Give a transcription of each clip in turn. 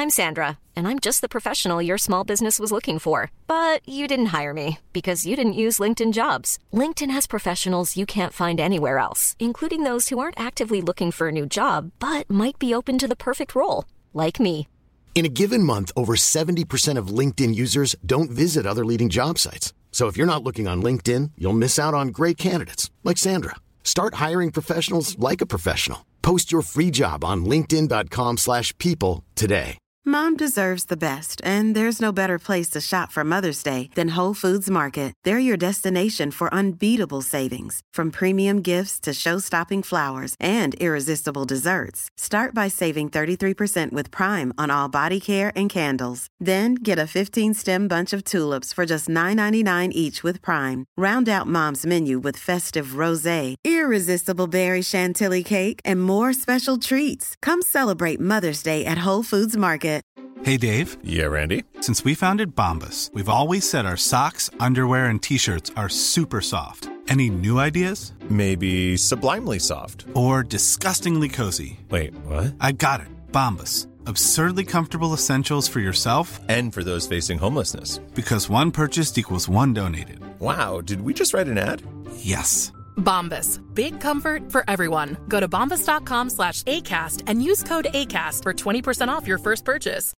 I'm Sandra, and I'm just the professional your small business was looking for. But you didn't hire me because you didn't use LinkedIn Jobs. LinkedIn has professionals you can't find anywhere else, including those who aren't actively looking for a new job, but might be open to the perfect role, like me. In a given month, over 70% of LinkedIn users don't visit other leading job sites. So if you're not looking on LinkedIn, you'll miss out on great candidates like Sandra. Start hiring professionals like a professional. Post your free job on linkedin.com/people today. Mom deserves the best, and there's no better place to shop for Mother's Day than Whole Foods Market. They're your destination for unbeatable savings, from premium gifts to show-stopping flowers and irresistible desserts. Start by saving 33% with Prime on all body care and candles. Then get a 15-stem bunch of tulips for just $9.99 each with Prime. Round out Mom's menu with festive rosé, irresistible berry chantilly cake, and more special treats. Come celebrate Mother's Day at Whole Foods Market. Hey, Dave. Yeah, Randy. Since we founded Bombas, we've always said our socks, underwear, and T-shirts are super soft. Any new ideas? Maybe sublimely soft. Or disgustingly cozy. Wait, what? I got it. Bombas. Absurdly comfortable essentials for yourself and for those facing homelessness. Because one purchased equals one donated. Wow, did we just write an ad? Yes. Bombas. Big comfort for everyone. Go to bombas.com/ACAST and use code ACAST for 20% off your first purchase.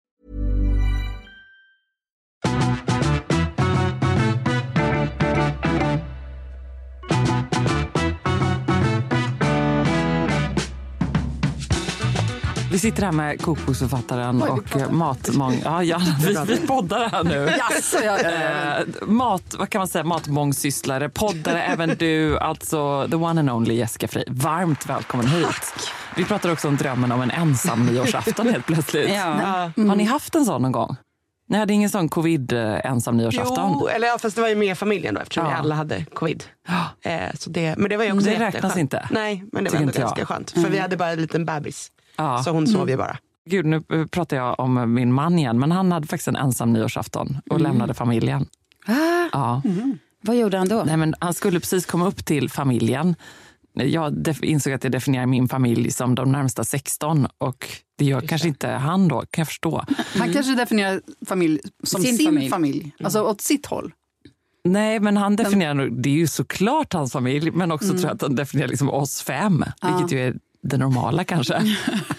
Vi sitter här med kokboksförfattaren och matmång... Ja, vi poddar här nu. Vad kan man säga? Matmångsysslare, poddare, även du, alltså the one and only Jessica Frey. Varmt välkommen hit. Tack. Vi pratar också om drömmen om en ensam nyårsafton helt plötsligt. Har ni haft en sån någon gång? Ni hade ingen sån covid-ensam nyårsafton? Jo, eller fast det var ju med familjen då, eftersom vi alla hade covid. Så men det var ju också det räknas inte. Nej, men det var ändå ganska skönt. För vi hade bara en liten bebis. Så hon sov ju bara. Gud, nu pratar jag om min man igen. Men han hade faktiskt en ensam nyårsafton och lämnade familjen. Vad gjorde han då? Nej, men han skulle precis komma upp till familjen. Jag insåg att jag definierar min familj som de närmsta 16. Och det gör kanske inte han då, kan jag förstå. Han kanske definierar familj som sin familj. Alltså åt sitt håll. Nej, men han definierar nog, det är ju såklart hans familj. Men också tror jag att han definierar liksom oss 5. Vilket ju är det normala kanske.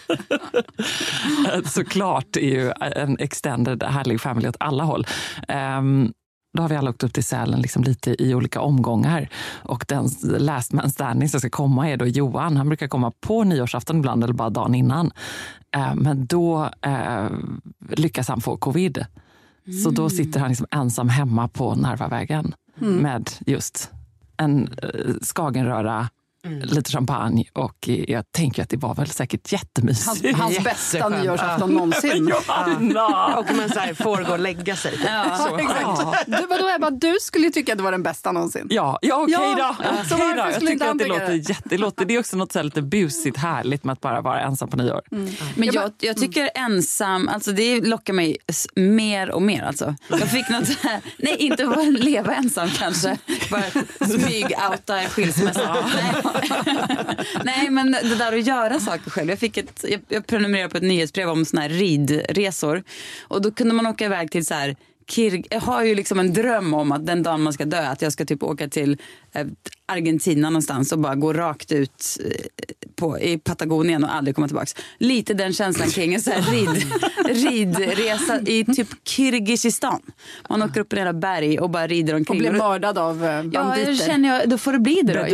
Såklart är ju en extended härlig familj åt alla håll. Då har vi alla åkt upp till Sälen liksom lite i olika omgångar. Och den last man standing som ska komma är då Johan. Han brukar komma på nyårsafton ibland eller bara dagen innan. Men då lyckas han få covid. Så då sitter han liksom ensam hemma på Narvavägen. Med just en skagenröra, lite champagne, och jag tänker att det var väl säkert jättemysigt. Hans bästa nyårsafton någonsin. Och man så här får gå och lägga sig. Exakt. Vadå Ebba, du skulle ju tycka att det var den bästa någonsin. Ja, okej då. Jag tycker att det låter, det är också något så här lite busigt härligt med att bara vara ensam på nyår. Men jag tycker ensam, alltså det lockar mig mer och mer alltså. Jag fick något så här, nej, inte bara leva ensam kanske, bara smyg-outa skilsmässa. Nej, men det där att göra saker själv. Jag prenumererade på ett nyhetsbrev om såna här ridresor. Och då kunde man åka iväg till så här jag har ju liksom en dröm om att den dagen man ska dö, att jag ska typ åka till Argentina någonstans och bara gå rakt ut i Patagonien och aldrig komma tillbaks. Lite den känslan kring en så här ridresa i typ Kirgizistan. Man åker upp i några berg och bara rider omkring. Och blir mördad av banditer. Ja, känner då får det bli det då.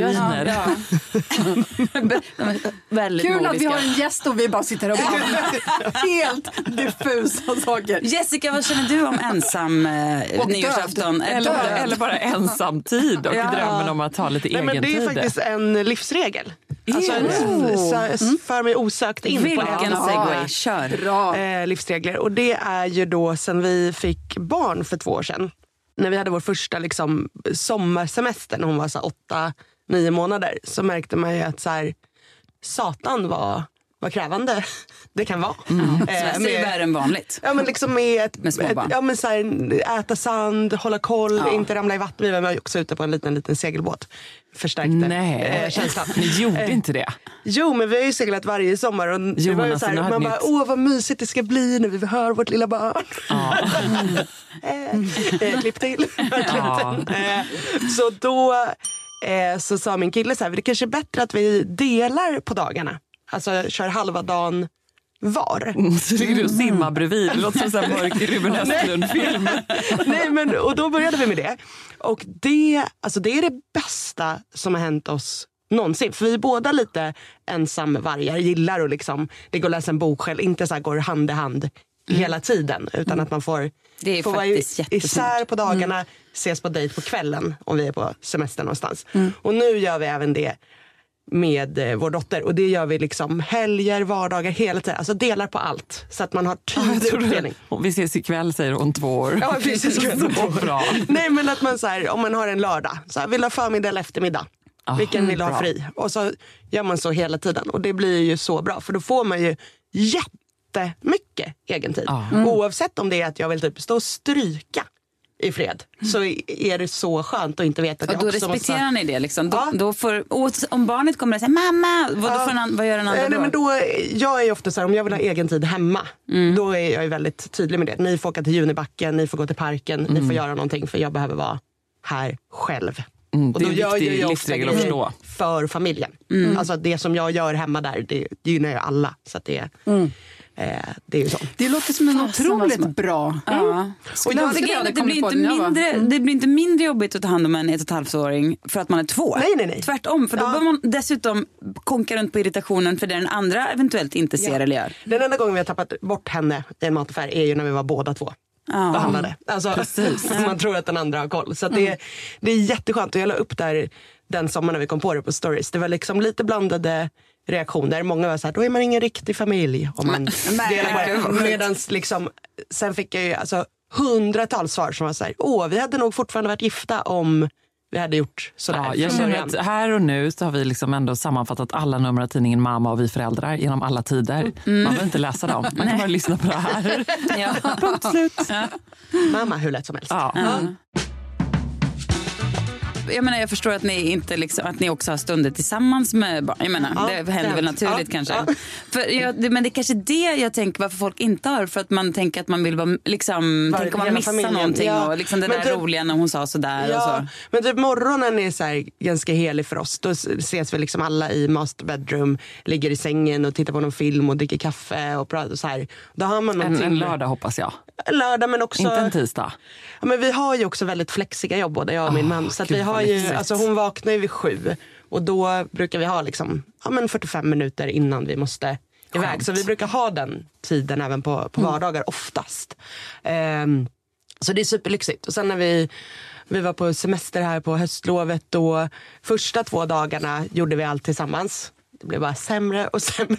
Kul att vi har en gäst och vi bara sitter och bara helt diffusa saker. Jessica, vad känner du om ensam nyårsafton? Eller bara ensam tid och drömmen om att ha lite egen tid. Men det är faktiskt en livsregel. Alltså för mig osökt in vilken på en segway. Kör. Livsregler. Och det är ju då sen vi fick barn för 2 år sedan. När vi hade vår första liksom, sommarsemester när hon var så 8-9 månader, så märkte man ju att så här, Satan var vad krävande det kan vara. Semester är värre än vanligt. Ja, men liksom med småbarn. ja, men så här, äta sand, hålla koll, inte ramla i vatten. Vi var också ute på en liten segelbåt. Förstärkte känslan. Ni gjorde inte det? Jo, men vi har ju seglat varje sommar. Och det var ju så här, man bara, vad mysigt det ska bli när vi hör vårt lilla barn. Klipp till. Så då så sa min kille så här, det kanske är bättre att vi delar på dagarna. Alltså kör halva dagen var. Så ligger du och simmar bredvid. Det låter som en mörk Ruben Östlund-film. Nej, men och då började vi med det. Och det är det bästa som har hänt oss någonsin. För vi är båda lite ensamvargar. Gillar och liksom, det går att läsa en bok själv. Inte så här går hand i hand hela tiden. Utan att man får vara isär på dagarna. Ses på dejt på kvällen om vi är på semester någonstans. Och nu gör vi även det med vår dotter. Och det gör vi liksom helger, vardagar, hela tiden. Alltså delar på allt. Så att man har tydlig uppdelning. Och vi ses ikväll, säger hon 2 år. Ja, vi ses ikväll. Så bra. Nej, men att man så här, om man har en lördag. Så här, vill ha förmiddag eller eftermiddag. Vilken vill ha fri? Och så gör man så hela tiden. Och det blir ju så bra. För då får man ju jättemycket egen tid. Oavsett om det är att jag vill typ stå och stryka i fred, så är det så skönt att inte veta att och då respekterar ni det liksom. Då får, om barnet kommer och säger mamma, vad gör den andra då? Nej, men då? Jag är ofta så här, om jag vill ha egen tid hemma, då är jag väldigt tydlig med det. Ni får åka till Junibacken, ni får gå till parken, ni får göra någonting, för jag behöver vara här själv. Och då gör jag också grejer för familjen. Alltså det som jag gör hemma där, det gynnar ju alla. Så att det är ju så. Det låter som en otroligt bra. Och jag tycker att det blir inte mindre jobbigt att ta hand om en 1,5-åring för att man är 2. Nej. Tvärtom, för då behöver man dessutom konka runt på irritationen för det den andra eventuellt inte ser eller gör. Den enda gången vi har tappat bort henne i en mataffär är ju när vi var båda 2. Behandlade. Alltså, man tror att den andra har koll. Så att det är jätteskönt. Och jag la upp där den sommaren när vi kom på det på stories. Det var liksom lite blandade reaktioner. Många var så här, då är man ingen riktig familj. Om man medans liksom, sen fick jag ju alltså 100-tals svar som var så här, vi hade nog fortfarande varit gifta om vi hade gjort sådär. Ja, jag känner att här och nu så har vi liksom ändå sammanfattat alla nummer av tidningen Mamma och vi föräldrar genom alla tider. Man behöver inte läsa dem. Man kan bara lyssna på det här. Punkt slut. Mamma, hur lätt som helst. Jag menar, jag förstår att ni inte liksom, att ni också har stunder tillsammans med barn. Jag menar, det händer väl naturligt kanske. Men det är kanske det jag tänker varför folk inte har, för att man tänker att man vill vara liksom, tänk om man missar någonting och liksom det där typ, roliga när hon sa sådär och så. Men typ morgonen är så här ganska helig för oss. Då ses vi liksom alla i master bedroom, ligger i sängen och tittar på någon film och dricker kaffe och pratar och så här. Då har man en lördag hoppas jag. Lördag, men också inte en tisdag. Ja, men vi har ju också väldigt flexiga jobb, både jag och min man. Så att vi har ju, alltså hon vaknar ju vid 7 och då brukar vi ha liksom, 45 minuter innan vi måste iväg. Så vi brukar ha den tiden även på vardagar oftast. Så det är superlyxigt. Och sen när vi var på semester här på höstlovet, då första 2 dagarna gjorde vi allt tillsammans. Det blev bara sämre och sämre.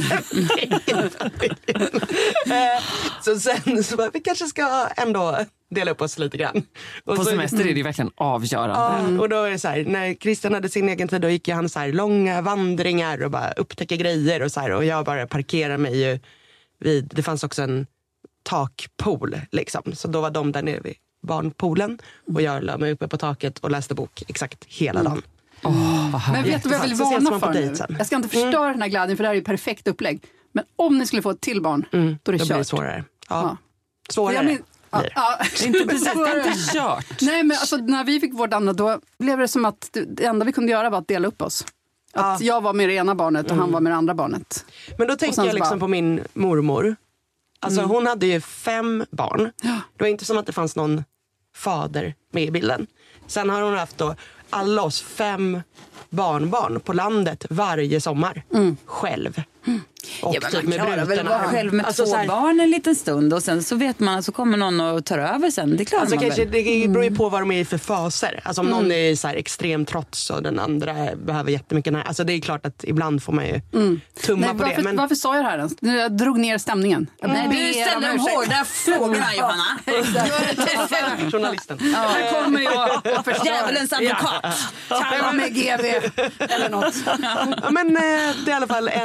Så sen så bara, vi kanske ska ändå dela upp oss lite grann. Och på så, semester är det verkligen avgörande. Och då är det så här, när Christian hade sin egen tid, då gick han så här långa vandringar och bara upptäcka grejer och så här, och jag bara parkerar mig ju vid, det fanns också en takpool liksom. Så då var de där nere vid barnpoolen och jag la mig uppe på taket och läste bok exakt hela dagen. Men vet du vad jag vill varna för nu? Jag ska inte förstöra den här glädjen, för det här är ju perfekt upplägg. Men om ni skulle få ett till barn, då är det kört. Blir det svårare. Svårare. Inte kört. Nej, men alltså, när vi fick vårt andra, då blev det som att det enda vi kunde göra var att dela upp oss. Att jag var med det ena barnet och han var med det andra barnet. Men då tänkte jag liksom på min mormor. Alltså hon hade ju 5 barn. Det var inte som att det fanns någon fader med i bilden. Sen har hon haft då alla oss 5 barnbarn på landet varje sommar. Själv. Och ja, typ man klarar väl vara själv med alltså, 2 barn en liten stund och sen så vet man, så kommer någon och tar över sen. Det klarar man kanske, väl. Det beror ju på vad de är för faser. Alltså om någon är så här extrem trots och den andra behöver jättemycket när. Alltså det är klart att ibland får man ju tumma på varför, det. Men varför sa jag det här ens? Jag drog ner stämningen. Du ställer de hårda frågorna, Johanna. Journalisten. Här kommer jag för djävulens advokat. Kalla med GV eller något. Men det är i alla fall en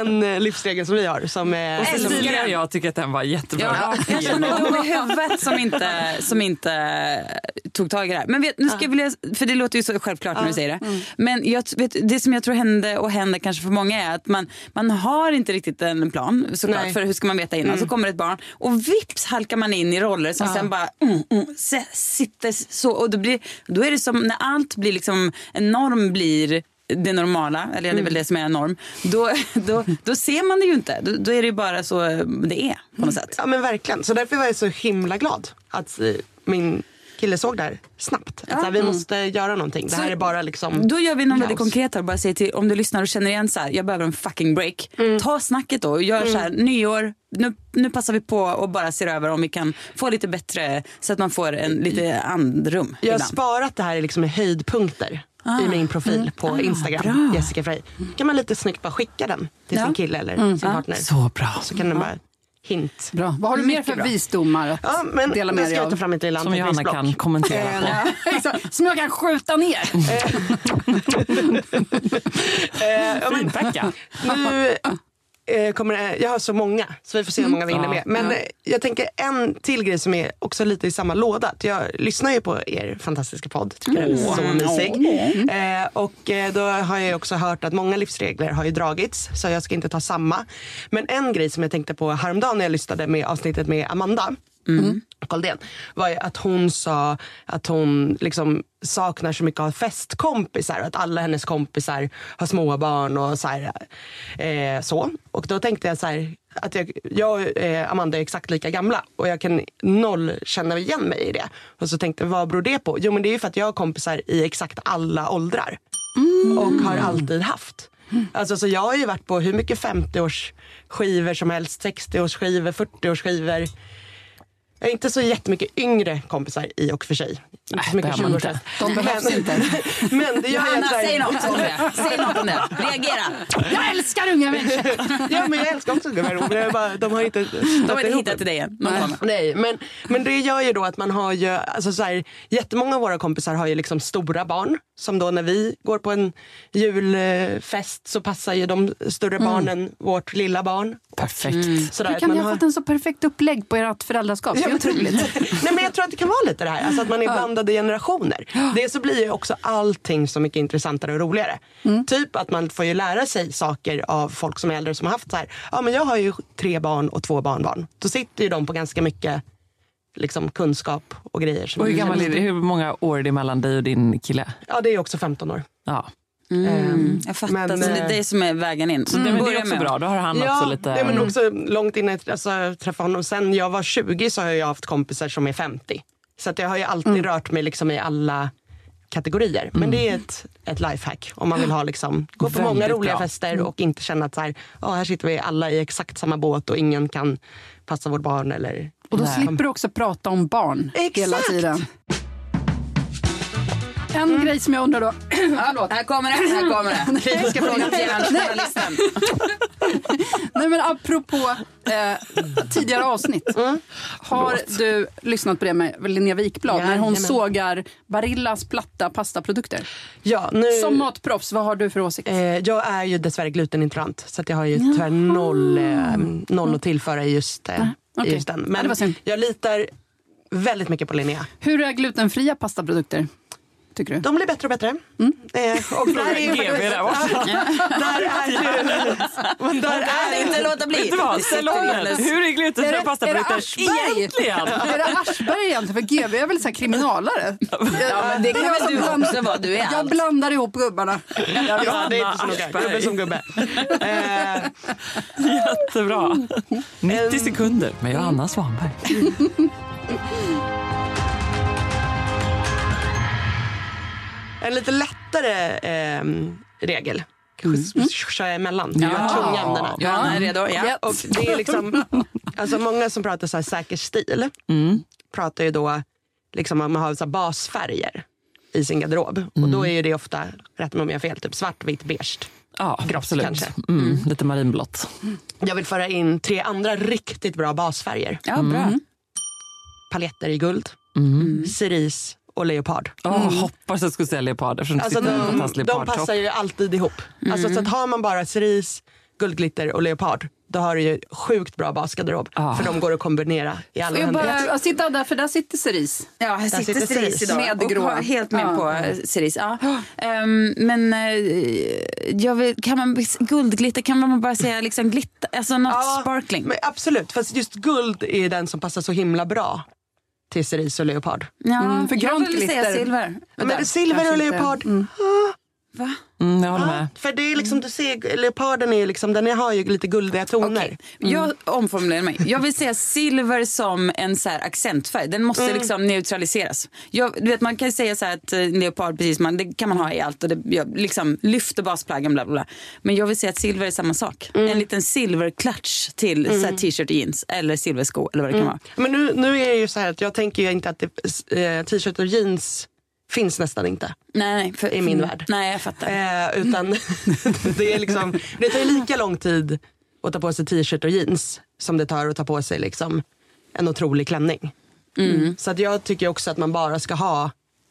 livsregeln som vi har. Som är, och Cecilia och jag tycker att den var jättebra. Ja, jag känner dum i huvudet som inte tog tag i det här. Men nu ska jag vilja, för det låter ju så självklart när du säger det. Men det som jag tror händer kanske för många är att man har inte riktigt en plan såklart, för hur ska man veta innan. Så kommer ett barn och vips halkar man in i roller som sen bara sitter så, och då är det som när allt blir liksom, en norm blir det normala, eller det är väl det som är en norm, då ser man det ju inte. Då är det ju bara så det är på något sätt. Ja men verkligen, så därför var jag så himla glad att min kille såg där snabbt. Att vi måste göra någonting. Det här är bara liksom... Då gör vi något väldigt konkret här. Bara säg till, om du lyssnar och känner igen så här, jag behöver en fucking break. Ta snacket då och gör så här, nyår, nu passar vi på och bara ser över om vi kan få lite bättre, så att man får lite andrum. Jag har sparat det här liksom i höjdpunkter i min profil på Instagram, bra. Jessica Frey. Kan man lite snyggt bara skicka den till sin kille eller sin partner. Så bra. Så kan den bara hint. Bra. Vad har du mer för visdomar att dela med dig av? Ta fram ett lilla som Johanna kan kommentera på. Som jag kan skjuta ner. Feedbacka. Nu jag har så många, så vi får se hur många vi hinner med. Men jag tänker en till grej som är också lite i samma låda. Jag lyssnar ju på er fantastiska podd. Tycker den är så mysig. Och då har jag också hört att många livsregler har ju dragits, så jag ska inte ta samma. Men en grej som jag tänkte på häromdagen när jag lyssnade med avsnittet med Amanda Koldén, var ju att hon sa att hon liksom saknar så mycket av festkompisar, att alla hennes kompisar har små barn och så här, så. Och då tänkte jag så här, att jag och Amanda är exakt lika gamla och jag kan känna igen mig i det. Och så tänkte jag, vad beror det på? Jo, men det är ju för att jag har kompisar i exakt alla åldrar och har alltid haft. Alltså, så jag har ju varit på hur mycket 50-års skivor som helst, 60-års skivor, 40-års skivor. Jag är inte så jättemycket yngre kompisar i och för sig. Inte så mycket 20-års. De behövs inte. Men det gör Johanna, säg något om det. Säg något om det. Reagera. Jag älskar unga människor. Ja, men jag älskar också unga människor. De har inte hittat till dig än. Nej, men det gör ju då att man har ju, alltså så här, jättemånga av våra kompisar har ju liksom stora barn. Som då när vi går på en julfest så passar ju de större barnen vårt lilla barn. Perfekt. Sådär, hur kan ni ha fått en så perfekt upplägg på ert föräldraskap? Det är otroligt. Nej, men jag tror att det kan vara lite det här. Alltså att man är blandade generationer. Det så blir ju också allting så mycket intressantare och roligare. Typ att man får ju lära sig saker av folk som är äldre som har haft så här. Ja, men jag har ju 3 barn och 2 barnbarn. Då sitter ju de på ganska mycket liksom kunskap och grejer. Som och hur gammal är det? Hur många år är det mellan dig och din kille? Ja, det är också 15 år. Ja. Jag fattar, så det är det som är vägen in. Så det är också bra, då har han också lite... Ja, men också långt innan jag träffade honom. Sen jag var 20 så har jag haft kompisar som är 50. Så att jag har ju alltid rört mig liksom i alla kategorier. Men det är ett lifehack om man vill ha liksom, gå på många roliga fester och inte känna att så här, här sitter vi alla i exakt samma båt och ingen kan passa vårt barn. Eller, och då slipper du också prata om barn hela tiden. En grej som jag undrar då... Här kommer det. Kritiska frågan till journalisten. Nej, men apropå tidigare avsnitt. Har du lyssnat på det med Linnea Wikblad när hon sågar Barillas platta pastaprodukter? Ja, nu... Som matproffs, vad har du för åsikt? Jag är ju dessvärre glutenintolerant, så att jag har ju tyvärr noll att tillföra i just den. Men jag litar väldigt mycket på Linnea. Hur är glutenfria pastaprodukter? Tycker du? De blir bättre och bättre. Och där är ju där är inte låta bli. Hur är glutenfria pastaprodukter egentligen? Är det Aschberg egentligen? För GV är väl så här kriminalare? Ja, men det kan väl du också vara. Du är jag blandar ihop gubbarna. Ja, det är inte så noga. Gubbe som gubbe. Jättebra. 90 sekunder med Johanna Svanberg. En lite lättare regel. Kör jag emellan. Tunga ämnena. Ja, är redo. Ja. Och det är liksom, alltså många som pratar så här säker stil pratar ju då liksom att man har så här basfärger i sin garderob. Och då är ju det ofta, rätt mig om jag har fel, typ svart, vitt, beige. Ja, grått, absolut. Kanske. Lite marinblått. Jag vill föra in 3 andra riktigt bra basfärger. Ja, bra. Paletter i guld, cerise och leopard. Hoppas jag skulle säga leopard. Alltså de passar ju alltid ihop. Alltså, så att har man bara cerise, guldglitter och leopard, då har du ju sjukt bra basgarderob. För de går att kombinera i alla händer. Jag sitter där, för där sitter Cerise. Ja, här sitter Cerise idag. Med grå. Helt med på Cerise. Ja. Men guldglitter, kan man bara säga liksom glitter, alltså något sparkling? Men absolut, fast just guld är den som passar så himla bra till Cerise och leopard. Ja, för jag vill säga silver. Men silver och leopard... Va? Jag håller med. För det är liksom, du ser, leoparden är liksom, den har ju lite guldiga toner. Okay. Jag omformulerar mig. Jag vill säga silver som en så här accentfärg. Den måste liksom neutraliseras. Du vet, man kan säga så här att leopard, precis, det kan man ha i allt och det liksom lyfter basplaggen, bla bla bla. Men jag vill säga att silver är samma sak. En liten silverklatsch till så här t-shirt jeans eller silversko eller vad det kan vara. Men nu är det ju så här att jag tänker ju inte att t-shirt och jeans finns nästan inte. Nej, i min värld. Nej, jag fattar. Utan det är liksom, det tar lika lång tid att ta på sig t-shirt och jeans som det tar att ta på sig liksom en otrolig klänning. Så att jag tycker också att man bara ska ha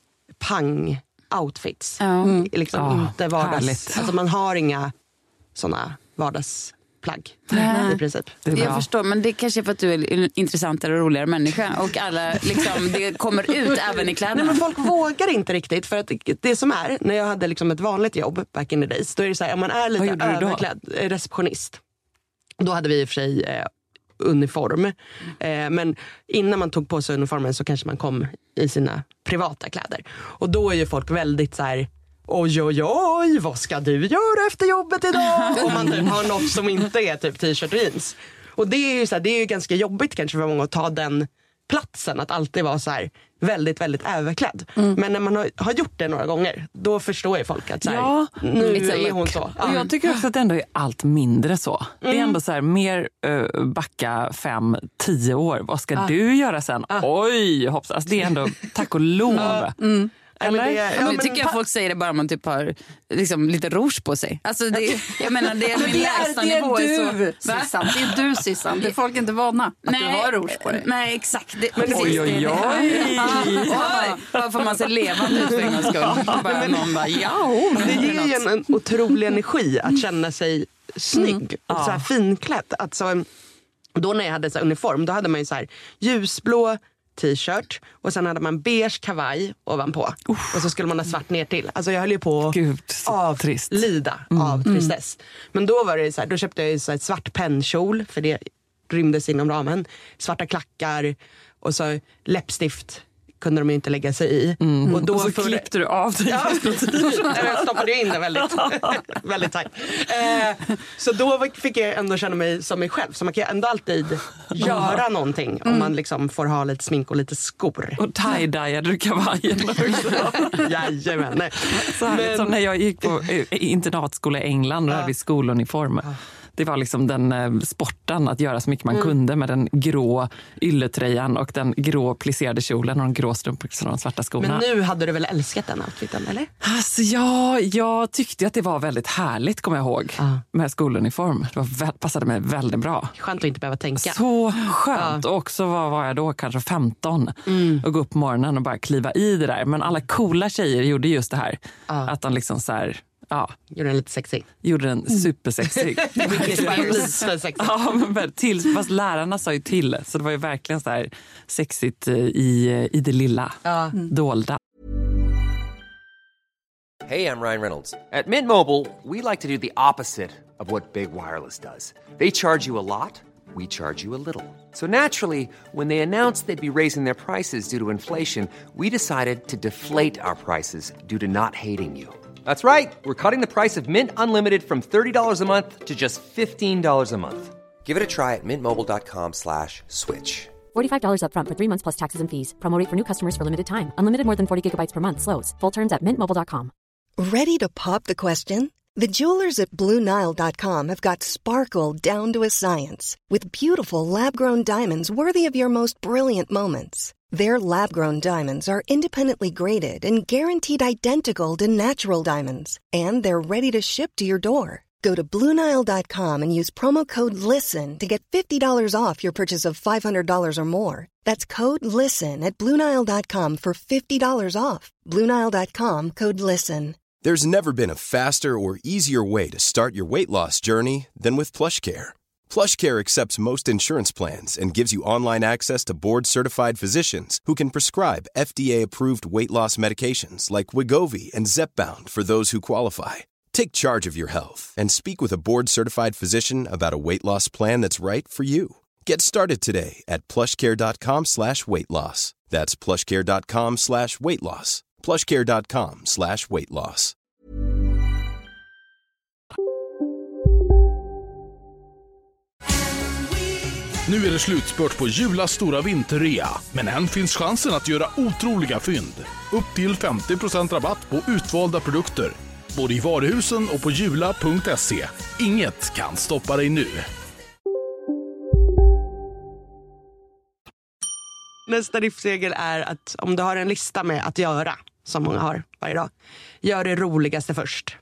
pang outfits. Liksom inte vardags. Alltså man har inga såna vardagsplagg i princip. Jag förstår, men det kanske är för att du är en intressantare och roligare människa och alla liksom, det kommer ut även i kläderna. Nej, men folk vågar inte riktigt, för att det som är, när jag hade liksom ett vanligt jobb back in the days, då är det så här, om man är lite överklädd receptionist, då hade vi i och för sig uniform, men innan man tog på sig uniformen så kanske man kom i sina privata kläder, och då är ju folk väldigt så här: oj, vad ska du göra efter jobbet idag? Om man typ har något som inte är typ t-shirt och jeans. Och det är ju så här, det är ju ganska jobbigt kanske för många att ta den platsen, att alltid vara så här väldigt, väldigt överklädd. Men när man har gjort det några gånger, då förstår ju folk att så här, nu är hon så. Och jag tycker också att det ändå är allt mindre så. Det är ändå så här, mer backa 5-10 år. Vad ska du göra sen? Oj, hoppas. Alltså det är ändå tack och lov. Eller? Nu tycker jag folk säger det bara om man typ har liksom lite rouge på sig. Alltså jag menar, det är min lägsta nivå. Det är du, Sissan. Det är folk inte vana att du har rouge på dig. Nej, exakt. Oj. Bara får man se levande ut för en gångs skull. Bara någon bara, det ger ju en otrolig energi att känna sig snygg och så här finklädd. Alltså, då när jag hade så här uniform, då hade man ju så här ljusblå t-shirt och sen hade man beige kavaj ovanpå. Och så skulle man ha svart ner till. Alltså jag höll ju på att lida av tristess. Men då var det så här, då köpte jag ju så här ett svart pennkjol, för det rymdes inom ramen. Svarta klackar och så läppstift kunde de ju inte lägga sig i. Och då så klippte du av dig. Ja, jag stoppade in det väldigt, väldigt tajt. Så då fick jag ändå känna mig som mig själv. Så man kan ändå alltid göra någonting om man liksom får ha lite smink och lite skor. Och tie-dyade du kavajen också. Jajamän. Så här, som när jag gick på internatskola i England och hade vi skoluniform. Det var liksom den sporten att göra så mycket man kunde med den grå ylletröjan och den grå plisserade kjolen och de grå strumporna och de svarta skorna. Men nu hade du väl älskat den outfiten, eller? Alltså jag tyckte att det var väldigt härligt, kommer jag ihåg, med skoluniform. Det passade mig väldigt bra. Skönt att inte behöva tänka. Så skönt. Och också var jag då kanske 15 och gå upp på morgonen och bara kliva i det där. Men alla coola tjejer gjorde just det här. Att de liksom så här... Ja. Gjorde den lite sexig. Gjorde den supersexig. Ja, men fast lärarna sa ju till. Så det var ju verkligen så här sexigt i det lilla, dolda. Hey, I'm Ryan Reynolds. At Mint Mobile, we like to do the opposite of what Big Wireless does. They charge you a lot, we charge you a little. So naturally, when they announced they'd be raising their prices due to inflation, we decided to deflate our prices due to not hating you. That's right. We're cutting the price of Mint Unlimited from $30 a month to just $15 a month. Give it a try at mintmobile.com/switch. $45 up front for 3 months plus taxes and fees. Promo rate for new customers for limited time. Unlimited more than 40 gigabytes per month. Slows full terms at mintmobile.com. Ready to pop the question? The jewelers at BlueNile.com have got sparkle down to a science with beautiful lab-grown diamonds worthy of your most brilliant moments. Their lab-grown diamonds are independently graded and guaranteed identical to natural diamonds. And they're ready to ship to your door. Go to BlueNile.com and use promo code LISTEN to get $50 off your purchase of $500 or more. That's code LISTEN at BlueNile.com for $50 off. BlueNile.com, code LISTEN. There's never been a faster or easier way to start your weight loss journey than with PlushCare. PlushCare accepts most insurance plans and gives you online access to board-certified physicians who can prescribe FDA-approved weight loss medications like Wegovy and Zepbound for those who qualify. Take charge of your health and speak with a board-certified physician about a weight loss plan that's right for you. Get started today at plushcare.com/weightloss. That's plushcare.com/weightloss. plushcare.com/weightloss. Nu är det slutspurt på Julas stora vinterrea, men än finns chansen att göra otroliga fynd. Upp till 50% rabatt på utvalda produkter, både i varuhusen och på jula.se. Inget kan stoppa dig nu. Nästa livsregel är att om du har en lista med att göra, som många har varje dag, gör det roligaste först.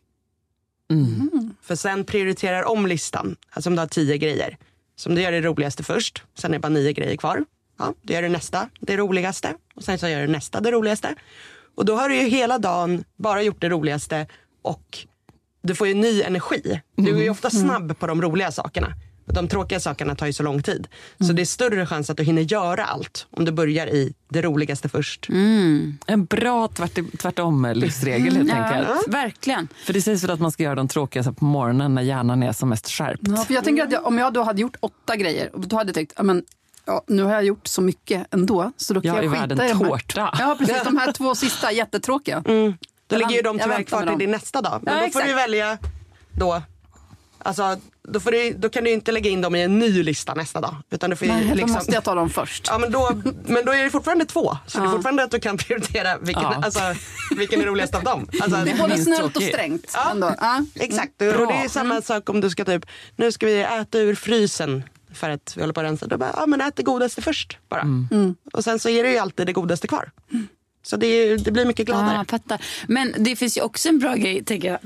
För sen prioriterar om listan. Alltså om du har 10 grejer. Så om du gör det roligaste först, sen är det bara 9 grejer kvar. Ja, då gör du nästa, det roligaste. Och sen så gör du nästa, det roligaste. Och då har du ju hela dagen bara gjort det roligaste. Och du får ju ny energi. Du är ju ofta snabb på de roliga sakerna. De tråkiga sakerna tar ju så lång tid. Så det är större chans att du hinner göra allt om du börjar i det roligaste först. En bra tvärtom livsregel helt enkelt. Verkligen. För det sägs väl att man ska göra de tråkigaste på morgonen när hjärnan är som mest skärpt. Ja, för jag tänker att om jag då hade gjort 8 grejer och då hade jag tänkt, nu har jag gjort så mycket ändå, så då kan jag skita i de här. Tårta. Ja, precis. De här 2 sista jättetråkiga. Då ligger ju de tyvärr kvar till din nästa dag. Men då får du välja då. Alltså, då kan du inte lägga in dem i en ny lista nästa dag. Utan du får då måste jag ta dem först. Ja, men då är det fortfarande 2. Så det är fortfarande att du kan prioritera vilken är roligast av dem. Alltså, det är både snällt och strängt. Ändå. Exakt. Och det är samma sak om du ska typ, nu ska vi äta ur frysen för att vi håller på att rensa. Då bara, men ät det godaste först bara. Och sen så är det ju alltid det godaste kvar. Så det blir mycket gladare. Fattar. Men det finns ju också en bra grej, tänker jag.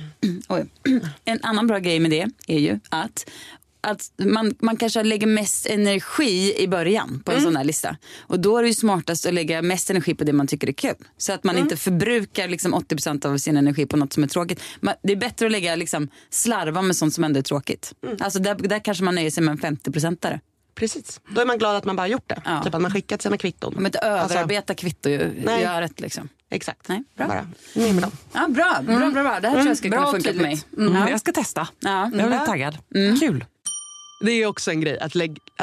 En annan bra grej med det är ju att man kanske lägger mest energi i början på en sån här lista. Och då är det ju smartast att lägga mest energi på det man tycker är kul. Så att man inte förbrukar liksom 80% av sin energi på något som är tråkigt. Det är bättre att lägga slarva med sånt som ändå är tråkigt. Alltså där kanske man nöjer sig med en 50%. Precis. Då är man glad att man bara gjort det. Ja. Typ att man skickat sina kvitton. Men inte överarbeta kvitto i öret liksom. Exakt. Nej, bra. Bara med dem. Ja, bra. Det här tror jag ska kunna funka för mig. Jag ska testa. Jag blir taggad. Kul. Det är också en grej att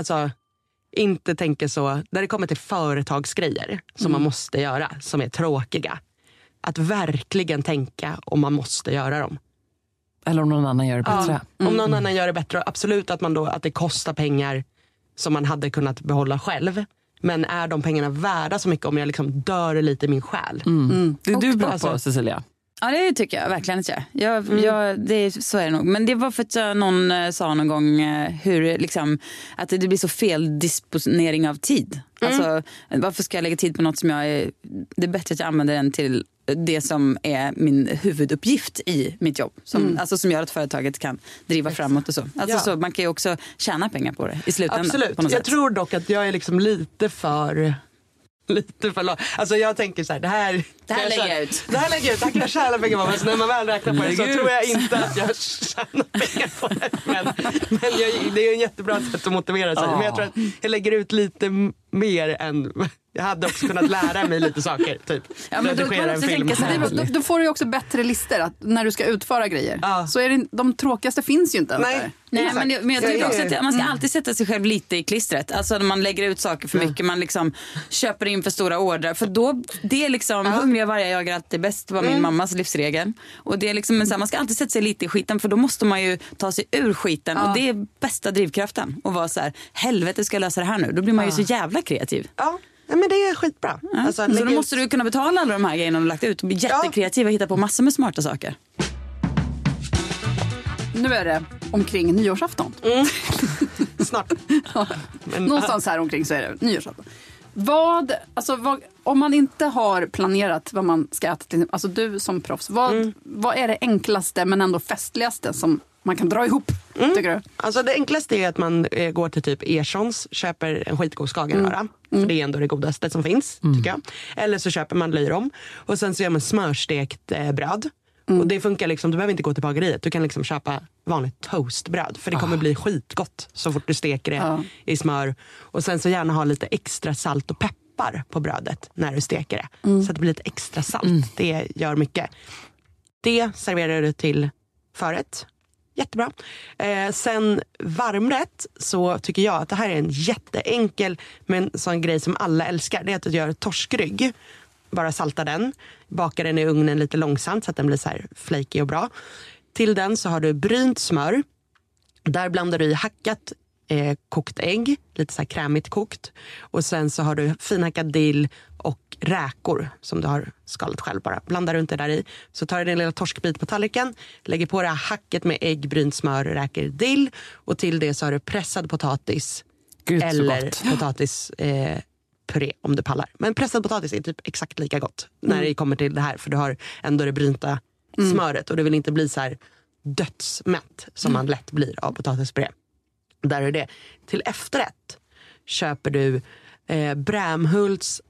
inte tänka så, när det kommer till företagsgrejer som man måste göra, som är tråkiga. Att verkligen tänka om man måste göra dem. Eller om någon annan gör det bättre. Om någon annan gör det bättre. Absolut att det kostar pengar som man hade kunnat behålla själv. Men är de pengarna värda så mycket om jag dör lite i min själ? Det är du bra på, Cecilia. Ja, det tycker jag verkligen inte. Så är det nog. Men det var för att någon sa någon gång hur att det blir så fel disponering av tid. Alltså, varför ska jag lägga tid på något som det är bättre att jag använder den till det som är min huvuduppgift i mitt jobb. Som gör att företaget kan driva framåt och så. Så man kan ju också tjäna pengar på det i slutändan. Absolut. På något jag sätt. tror dock att jag är lite för alltså jag tänker så här, det här lägger jag ut. Det här kan jag tjäna pengar på. Men när man väl räknar på det så tror jag inte att jag tjänar pengar på det. Men det är en jättebra sätt att motivera sig. Men jag tror att jag lägger ut lite mer än... Jag hade också kunnat lära mig lite saker, typ. Ja, men då får du också bättre listor att när du ska utföra grejer. Så är de tråkigaste finns ju inte. Nej, men jag tycker också att man ska alltid sätta sig själv lite i klistret. Alltså när man lägger ut saker för mycket, man köper in för stora ordrar. För då, det är hungriga vargar jagar alltid bäst, var min mammas livsregel. Och det är man ska alltid sätta sig lite i skiten, för då måste man ju ta sig ur skiten. Och det är bästa drivkraften. Och vara så här, helvete ska jag lösa det här nu. Då blir man ju så jävla kreativ. Ja. Ja, men det är skitbra. Så då måste du kunna betala alla de här grejerna du lagt ut och bli jättekreativ och hitta på massor med smarta saker. Nu är det omkring nyårsafton. Snart. Någonstans här omkring så är det nyårsafton. Om man inte har planerat vad man ska äta till, alltså du som proffs, vad är det enklaste men ändå festligaste som man kan dra ihop, tycker du? Alltså det enklaste är att man går till typ Erssons, köper en skitgod skagenröra. För det är ändå det godaste som finns, tycker jag. Eller så köper man löjrom. Och sen så gör man smörstekt bröd. Och det funkar liksom, du behöver inte gå till bageriet. Du kan liksom köpa vanligt toastbröd. För det kommer bli skitgott så fort du steker det i smör. Och sen så gärna ha lite extra salt och peppar på brödet när du steker det. Så att det blir lite extra salt. Det gör mycket. Det serverar du till förrätt. Jättebra. Sen varmrätt så tycker jag att det här är en jätteenkel men sån grej som alla älskar. Det är att du gör torskrygg. Bara salta den. Baka den i ugnen lite långsamt så att den blir så här flaky och bra. Till den så har du brynt smör. Där blandar du i hackat kokt ägg. Lite så här krämigt kokt. Och sen så har du finhackad dill och räkor som du har skalat själv bara. Blandar runt det där i. Så tar du din lilla torskbit på tallriken. Lägger på det här hacket med ägg, brynt smör, räkor, dill. Och till det så har du pressad potatis. Gud, eller potatis puré om du pallar. Men pressad potatis är typ exakt lika gott när det kommer till det här. För du har ändå det brynta smöret. Och det vill inte bli så här dödsmätt som man lätt blir av potatispuré. Där är det. Till efterrätt köper du Brämhults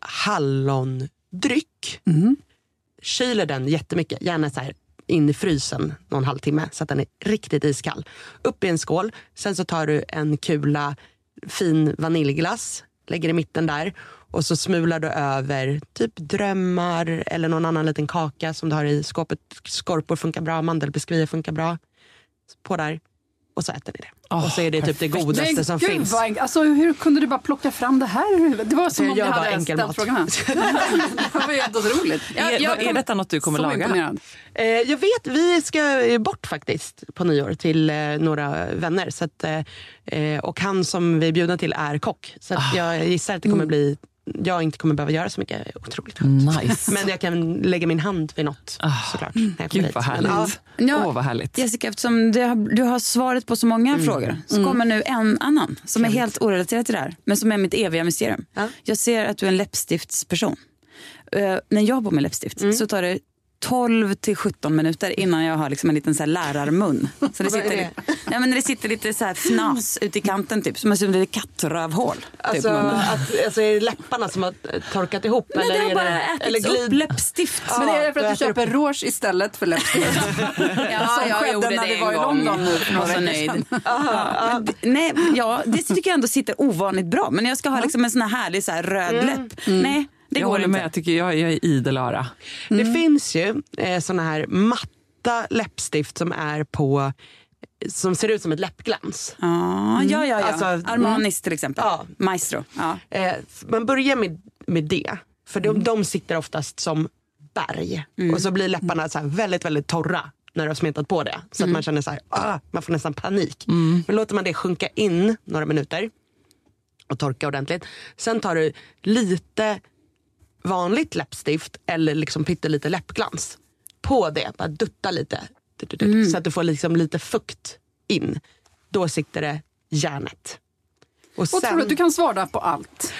hallondryck. Kyler den jättemycket. Gärna så här in i frysen någon halvtimme så att den är riktigt iskall. Upp i en skål. Sen så tar du en kula fin vaniljglass. Lägger i mitten där. Och så smular du över typ drömmar eller någon annan liten kaka som du har i skåpet. Skorpor funkar bra, mandelbiskvier funkar bra. På där. Och så äter ni det. Och så är det typ det godaste som finns. Alltså, hur kunde du bara plocka fram det här? Det var som om jag hade ställt frågorna. Det var helt otroligt. Är detta något du kommer laga? Imponerad. Jag vet, vi ska bort faktiskt på nyår till några vänner. Så att, och han som vi är bjudna till är kock. Så att jag gissar att det kommer bli... Jag inte kommer behöva göra så mycket otroligt skönt. Nice. Men jag kan lägga min hand vid något såklart. Gud vad härligt. Vad härligt. Jessica, eftersom du har svaret på så många frågor så kommer nu en annan som är helt orelaterad till det här. Men som är mitt eviga mysterium. Jag ser att du är en läppstiftsperson. När jag bor med läppstift så tar det 12 till 17 minuter innan jag har liksom en liten så här lärarmun. Så det sitter, men det sitter lite så här fnas ut i kanten typ, som är lite kattrövhål. Alltså, alltså är det läpparna som har torkat ihop? Nej, eller det har bara ätits upp läppstift. Men är det för att du köper rouge istället för läppstift? Jag gjorde det en gång. Jag var så nöjd. Det tycker jag ändå sitter ovanligt bra. Men jag ska ha liksom en sån här härlig så här röd läpp. Nej. Det går inte. Med. Jag tycker jag är idel öra. Det finns ju såna här matta läppstift som är på, som ser ut som ett läppglans. Alltså, Armanis till exempel. Maestro. Man börjar med det. För de sitter oftast som berg. Och så blir läpparna så här väldigt, väldigt torra när du har smetat på det. Så att man känner så här, man får nästan panik. Men låter man det sjunka in några minuter och torka ordentligt. Sen tar du lite vanligt läppstift eller liksom pyttelite läppglans på det, bara dutta lite så att du får liksom lite fukt in. Då sitter det järnet. Och sen, du kan svara på allt.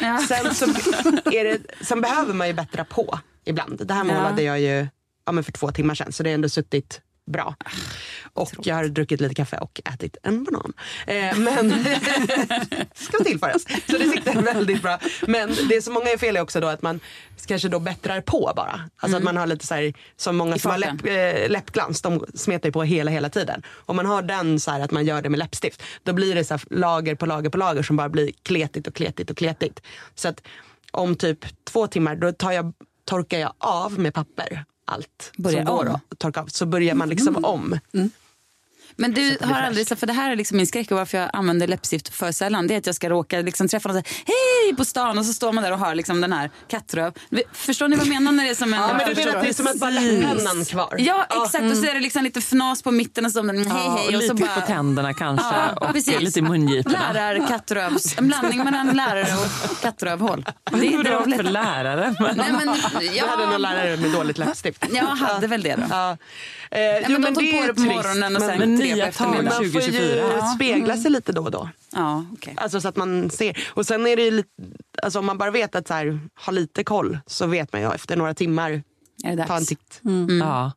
Sen behöver man ju bättra på ibland. Det här målade jag ju för 2 timmar sedan, så det är ändå suttit bra. Och jag har druckit lite kaffe och ätit en banan. Men ska tillföras. Så det sitter väldigt bra. Men det är så många är fel också då att man kanske då bättrar på bara. Alltså att man har lite så här, som många som har läppglans, de smetar ju på hela tiden. Om man har den så här att man gör det med läppstift, då blir det så här lager på lager på lager som bara blir kletigt. Så att om typ 2 timmar då torkar jag av med papper. Allt som går att torka av. Så börjar man liksom om. Men du har aldrig, för det här är liksom min skräck och varför jag använder läppstift för sällan, det är att jag ska råka liksom träffa någon och säga hej på stan och så står man där och har liksom den här kattröv. Förstår ni vad jag menar när det är som en... men du vet att det är som att bara läppennan kvar. Ja, exakt. Och så är det liksom lite fnas på mitten och så hej. Och så lite bara... på tänderna kanske. Och precis. Lite i mungiporna. Kattrövs. En blandning mellan lärare och kattrövhål. Det är bra för lärare. Jag hade någon lärare med dåligt läppstift. Jag hade väl det då. Men de tog på det på morgonen och sen nya tal man får ju spegla sig lite då och då. Ja, okay. Alltså så att man ser. Och sen är det ju lite, alltså om man bara vet att så här, ha lite koll, så vet man ju efter några timmar ta en titt. Ja.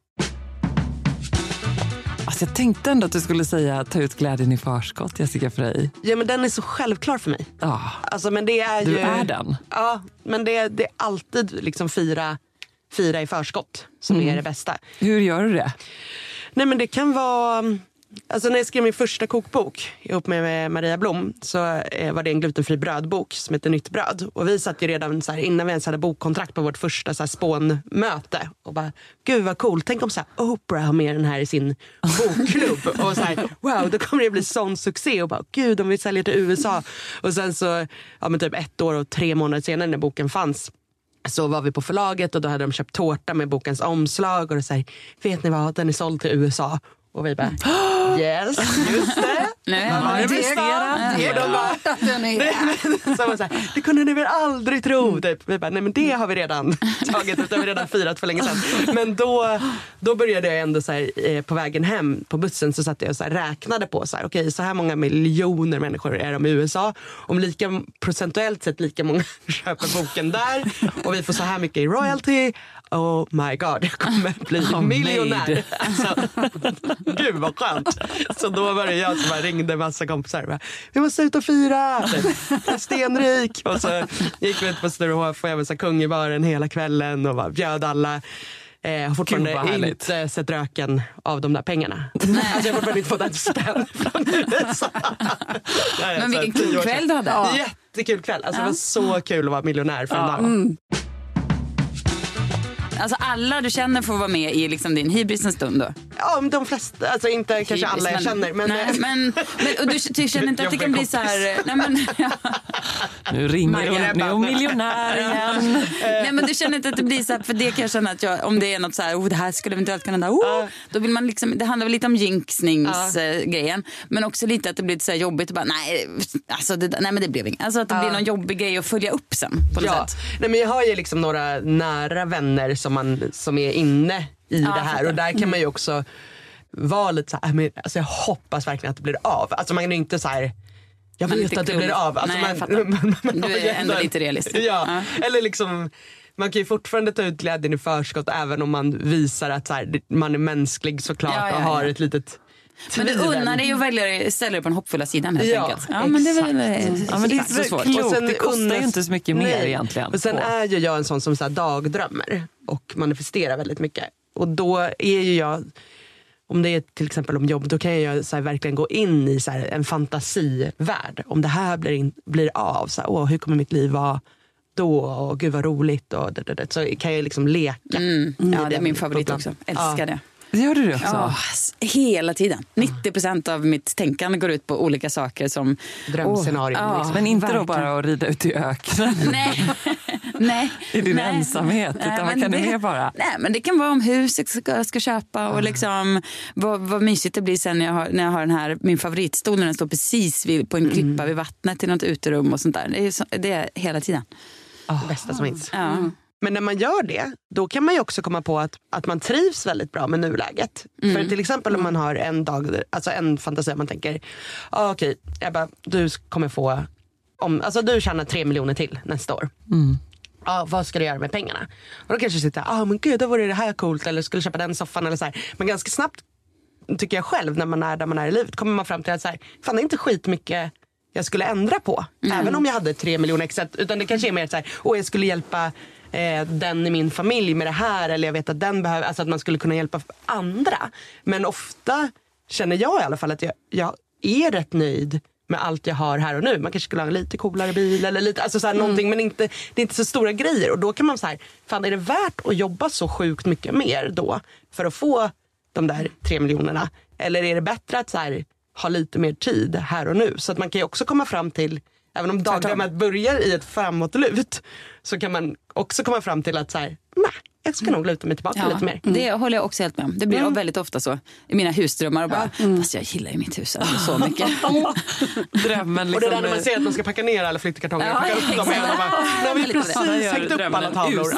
Alltså jag tänkte ändå att du skulle säga ta ut glädjen i förskott, Jessica Frey. Ja, men den är så självklar för mig. Ja. Alltså, men det är du ju, är den. Ja, men det är alltid liksom fira fira i förskott som är det bästa. Hur gör du det? Nej, men det kan vara... Alltså när jag skrev min första kokbok ihop med Maria Blom så var det en glutenfri brödbok som heter Nytt bröd. Och vi satt ju redan så här, innan vi ens hade bokkontrakt på vårt första så här spånmöte och bara, gud vad coolt, tänk om så här, Oprah har med den här i sin bokklubb och så här, wow, då kommer det bli sån succé och bara, gud om vi säljer till USA. Och sen så, ja men typ 1 år och 3 månader senare när boken fanns så var vi på förlaget och då hade de köpt tårta med bokens omslag och det så här, vet ni vad, den är såld till USA. Och vi bara, yes, just det. Nej, det är klart att den är. Så man så här, det kunde ni väl aldrig tro. Typ. Vi bara, nej men det har vi redan tagit ut, det har vi redan firat för länge sedan. Men då började jag ändå så här, på vägen hem på bussen så satt jag och så här, räknade på så här, okej, så här många miljoner människor är de i USA. Om lika procentuellt sett lika många köper boken där och vi får så här mycket i royalty. Oh my god, jag kommer bli miljonär. Alltså, gud vad skönt. Så då var det jag som ringde massa kompisar och bara, vi måste ut och fira, jag är stenrik. Och så gick vi ut på Sturehof och jag var så kung i baren hela kvällen och bara bjöd alla. Jag har fortfarande inte sett röken av de där pengarna. Alltså jag har fortfarande inte fått en spänn från USA. Men vilken kul kväll du hade. Ja. Jättekul kväll, alltså det var så kul att vara miljonär för en dag. Alltså alla du känner får vara med i liksom din hybrisens stund då? Ja, de flesta, alltså inte kanske alla jag känner. Men och du känner inte att det kan bli så här... Nej, men, ja. Nu ringer hon, nu är hon miljonär igen. Nej, men du känner inte att det blir så här, för det kan jag känna att om det är något så här, det här skulle eventuellt kunna hända, då vill man liksom, det handlar väl lite om jinxningsgrejen, men också lite att det blir så här jobbigt och bara, nej, alltså nej men det blev inget. Alltså att det blir någon jobbig grej att följa upp sen på något sätt. Nej, men jag har ju liksom några nära vänner som är inne i det här och där kan man ju också vara lite så här, men, alltså jag hoppas verkligen att det blir av. Alltså man är inte så här, jag vet att det blir av. Alltså man, du är ändå lite realistisk. Ja, eller liksom man kan ju fortfarande ta ut glädjen i förskott även om man visar att så här, man är mänsklig såklart och har ett litet. Men du unnar dig och ställer dig på den hoppfulla sidan helt enkelt. Ja, men det är väl men det är så svårt. Och sen, det kostar ju inte så mycket mer egentligen. Och sen är ju jag en sån som så här dagdrömmer och manifesterar väldigt mycket. Och då är ju jag, om det är till exempel om jobb, då kan jag så här verkligen gå in i så här en fantasivärld. Om det här blir av, så här, hur kommer mitt liv vara då? Och gud vad roligt. Och så kan jag liksom leka. Ja, det är min favorit också. Älskar det. Gör du det också? Ja, hela tiden. 90% av mitt tänkande går ut på olika saker som drömscenarier. Liksom. Men inte då bara att rida ut i öknen. Nej. I din ensamhet. Utan vad kan det mer vara? Nej, men det kan vara om huset ska köpa och liksom vad mysigt det blir sen när jag har den här, min favoritstol när den står precis på en klippa vid vattnet till något uterum och sånt där. Det är hela tiden. Det bästa som finns. Men när man gör det, då kan man ju också komma på att man trivs väldigt bra med nuläget. För till exempel om man har en dag, alltså en fantasi, man tänker, okej, Ebba, du kommer få, alltså du tjänar 3 miljoner till nästa år. Vad ska du göra med pengarna? Och då kanske du sitter, men gud, då vore det här coolt, eller skulle köpa den soffan eller så här. Men ganska snabbt, tycker jag själv, när man är där man är i livet, kommer man fram till att så här, fan, det är inte skitmycket jag skulle ändra på. Även om jag hade 3 miljoner extra, utan det kanske är mer så här, jag skulle hjälpa den i min familj med det här, eller jag vet att den behöver, alltså att man skulle kunna hjälpa andra. Men ofta känner jag i alla fall att jag är rätt nöjd med allt jag har här och nu. Man kanske skulle ha en lite coolare bil eller lite, alltså så här, någonting, men det är inte så stora grejer. Och då kan man så här, fan, är det värt att jobba så sjukt mycket mer då för att få de där 3 miljonerna? Eller är det bättre att så här, ha lite mer tid här och nu? Så att man kan ju också komma fram till, även om dagdrömmet börjar i ett framåtlut, så kan man också komma fram till att så här, jag ska nog luta mig tillbaka lite mer. Det håller jag också helt med om. Det blir väldigt ofta så i mina husdrömmar och bara, fast jag gillar ju mitt hus så mycket. Drömmen liksom. Och det där när man ser att man ska packa ner alla flyttkartonger och packa upp dem igen och bara, nu har vi precis hängt upp alla tavlor.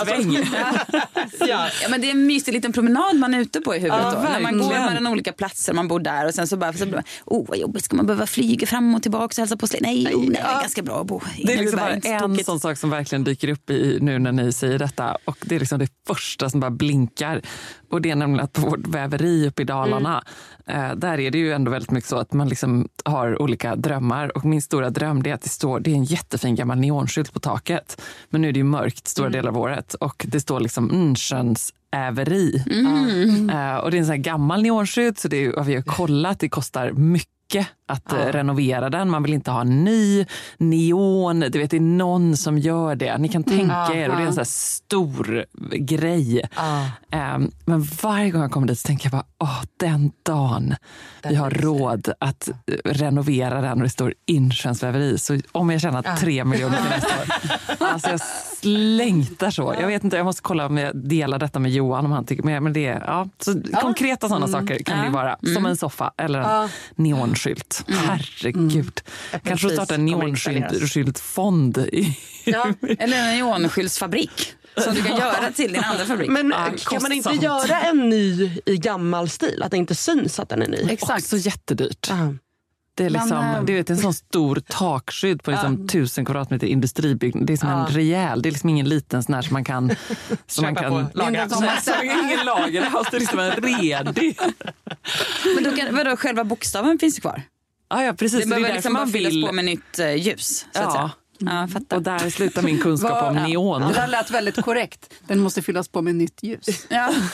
Men det är en mysig liten promenad man är ute på i huvudet då. När man går mellan olika platser, man bor där och sen så bara, vad jobbigt, ska man behöva flyga fram och tillbaka och hälsa på släkt? Nej, det är ganska bra att bo. Det är liksom bara en sån sak som verkligen dyker upp i nu när ni säger detta, och det är liksom det första som bara blinkar. Och det är nämligen att på vårt väveri uppe i Dalarna, där är det ju ändå väldigt mycket så att man liksom har olika drömmar. Och min stora dröm är att det är en jättefin gammal neonskylt på taket. Men nu är det ju mörkt stora delar av året. Och det står liksom äveri. Och det är en sån här gammal neonskylt, så vi har kollat, det kostar mycket att renovera den. Man vill inte ha ny neon. Du vet, det är någon som gör det. Ni kan tänka er, och det är en sån här stor grej. Men varje gång jag kommer dit så tänker jag bara, den dagen vi har råd att renovera den och det står Inkönsväveri, så om jag tjänar 3 miljoner till nästa år. Alltså jag längtar så. Jag vet inte, jag måste kolla om jag delar detta med Johan om han tycker med. Men det är, så konkreta sådana saker kan det vara. Som en soffa eller en neonskylt. Herregud. Kanske starta en neonskyltfond. Eller en neonskyltsfabrik. Som du kan göra till din andra fabrik. Men kan man inte göra en ny i gammal stil? Att det inte syns att den är ny? Exakt. Så jättedyrt. Det är liksom, du vet, en sån stor takskydd på liksom 1000 kvadratmeter industribyggnad. Det är som en rejäl, det är liksom ingen liten sån här som man kan lagra. Ingen lager, det är liksom en redig. Men då kan, vadå, själva bokstaven finns ju kvar? Ja, precis. Det behöver liksom bara fyllas på med nytt ljus, så att säga. Ja, och där slutar min kunskap om neon. Det där lät väldigt korrekt. Den måste fyllas på med nytt ljus.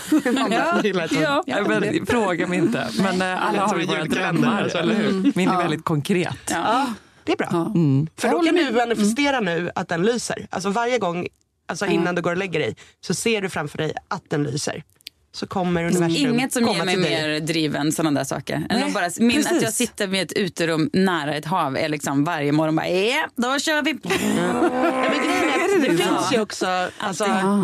Fråga mig inte. Men alla har ju våra drömmar, eller hur? Min är väldigt konkret. Det är bra. För då kan du manifestera nu att den lyser. Alltså varje gång, alltså innan du går och lägger dig, så ser du framför dig att den lyser. Så kommer universum. Inget som ger mig mer driv än sådana där saker. Än bara att jag sitter med ett uterum nära ett hav är liksom varje morgon bara, då kör vi. Det finns ju också, alltså,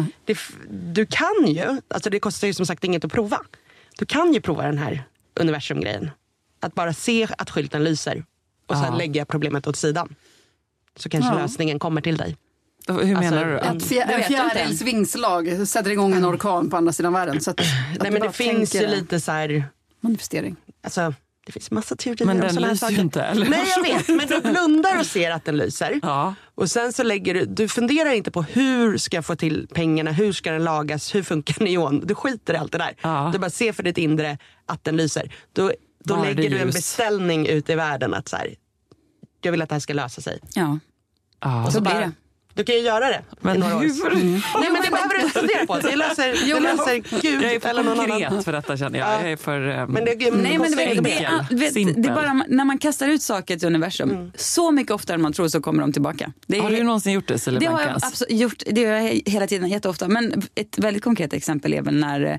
du kan ju, alltså det kostar ju som sagt inget att prova. Du kan ju prova den här universumgrejen. Att bara se att skylten lyser och sen lägga problemet åt sidan. Så kanske lösningen kommer till dig. Hur menar du? En fjärils vingslag sätter igång en orkan på andra sidan världen. Så att nej, men det finns ju lite så här manifestering. Alltså, det finns massa teorier om sådana här saker. Inte, eller? Nej, jag vet. Men du blundar och ser att den lyser. Och sen så lägger du funderar inte på hur ska jag få till pengarna, hur ska den lagas, hur funkar neon. Du skiter i allt det där. Du bara ser för ditt inre att den lyser. Då lägger du en beställning ut i världen att så här, jag vill att det här ska lösa sig. Och så blir det. Du kan ju göra det. Men hur? Nej, men det behöver du inte fundera på. Det löser Gud jag är för eller någon annan. För detta känner jag. Jag är för men det är bara när man kastar ut saker till universum så mycket oftare än man tror så kommer de tillbaka. Har du någonsin gjort det, Silly? Det har jag absolut gjort. Det gör jag hela tiden, jätteofta. Men ett väldigt konkret exempel är väl när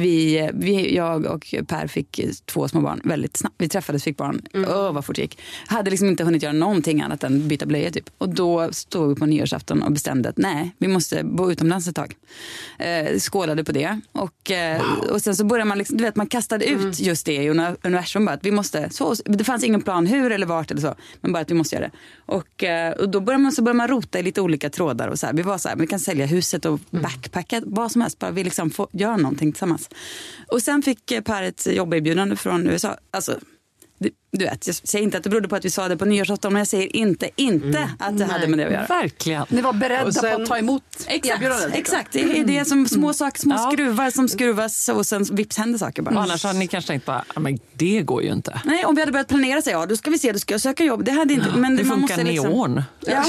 jag och Per fick 2 små barn väldigt snabbt. Vi träffades, fick barn. Vad fort det gick. Hade liksom inte hunnit göra någonting annat än byta blöja typ. Och då stod vi på nyårsafton och bestämde att nej, vi måste bo utomlands ett tag. Skålade på det. Och sen så började man liksom, du vet, man kastade ut just det i universum bara att vi måste, det fanns ingen plan hur eller vart eller så, men bara att vi måste göra det. Och då började man rota i lite olika trådar och så här, vi var så här, vi kan sälja huset och backpacka, vad som helst, bara vi liksom får göra någonting tillsammans. Och sen fick Per ett jobberbjudande från USA, alltså du vet, jag säger inte att det berodde på att vi sa det på nyårsafton, men jag säger inte att det hade med det att göra. Verkligen. Ni var beredda på att ta emot erbjudandet. Exakt, det är det som små saker, små skruvar som skruvas och sen vips händer saker bara. Annars hade ni kanske tänkt bara, men det går ju inte. Nej, om vi hade börjat planera sig, då ska vi se, då ska jag söka jobb. Det hade inte, men det man funkar måste liksom, neon.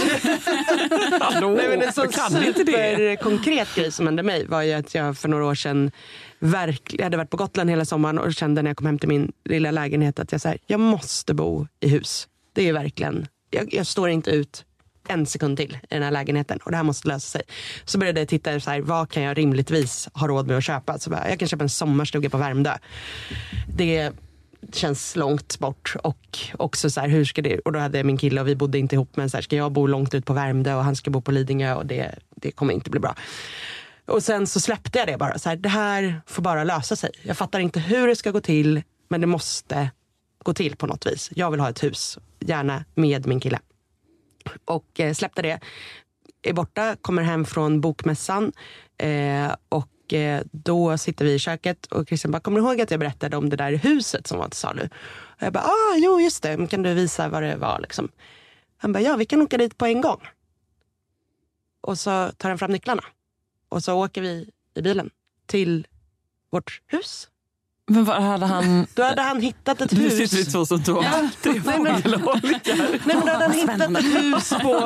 Hallå, nej, men en sån superkonkret grej som hände mig var ju att jag för några år sedan jag hade varit på Gotland hela sommaren och kände när jag kom hem till min lilla lägenhet att jag måste bo i hus. Det är verkligen, jag står inte ut en sekund till i den här lägenheten och det här måste lösa sig. Så började jag titta så här, vad kan jag rimligtvis ha råd med att köpa? Så jag kan köpa en sommarstuga på Värmdö. Det känns långt bort och också så här, hur ska det, och då hade jag min kille och vi bodde inte ihop, men så här, ska jag bo långt ut på Värmdö och han ska bo på Lidingö och det kommer inte bli bra. Och sen så släppte jag det bara. Så här, det här får bara lösa sig. Jag fattar inte hur det ska gå till. Men det måste gå till på något vis. Jag vill ha ett hus. Gärna med min kille. Och släppte det. Är borta. Kommer hem från bokmässan. Och då sitter vi i köket. Och Christian bara, kommer du ihåg att jag berättade om det där huset som var till salu? Och jag bara, jo just det. Men kan du visa vad det var liksom? Han bara, ja vi kan åka dit på en gång. Och så tar han fram nycklarna. Och så åker vi i bilen till vårt hus. Men vad hade han... Då hade han hittat ett hus. Nu sitter vi två som tog tre fågelholkar. Nej, men då hade han hittat ett hus på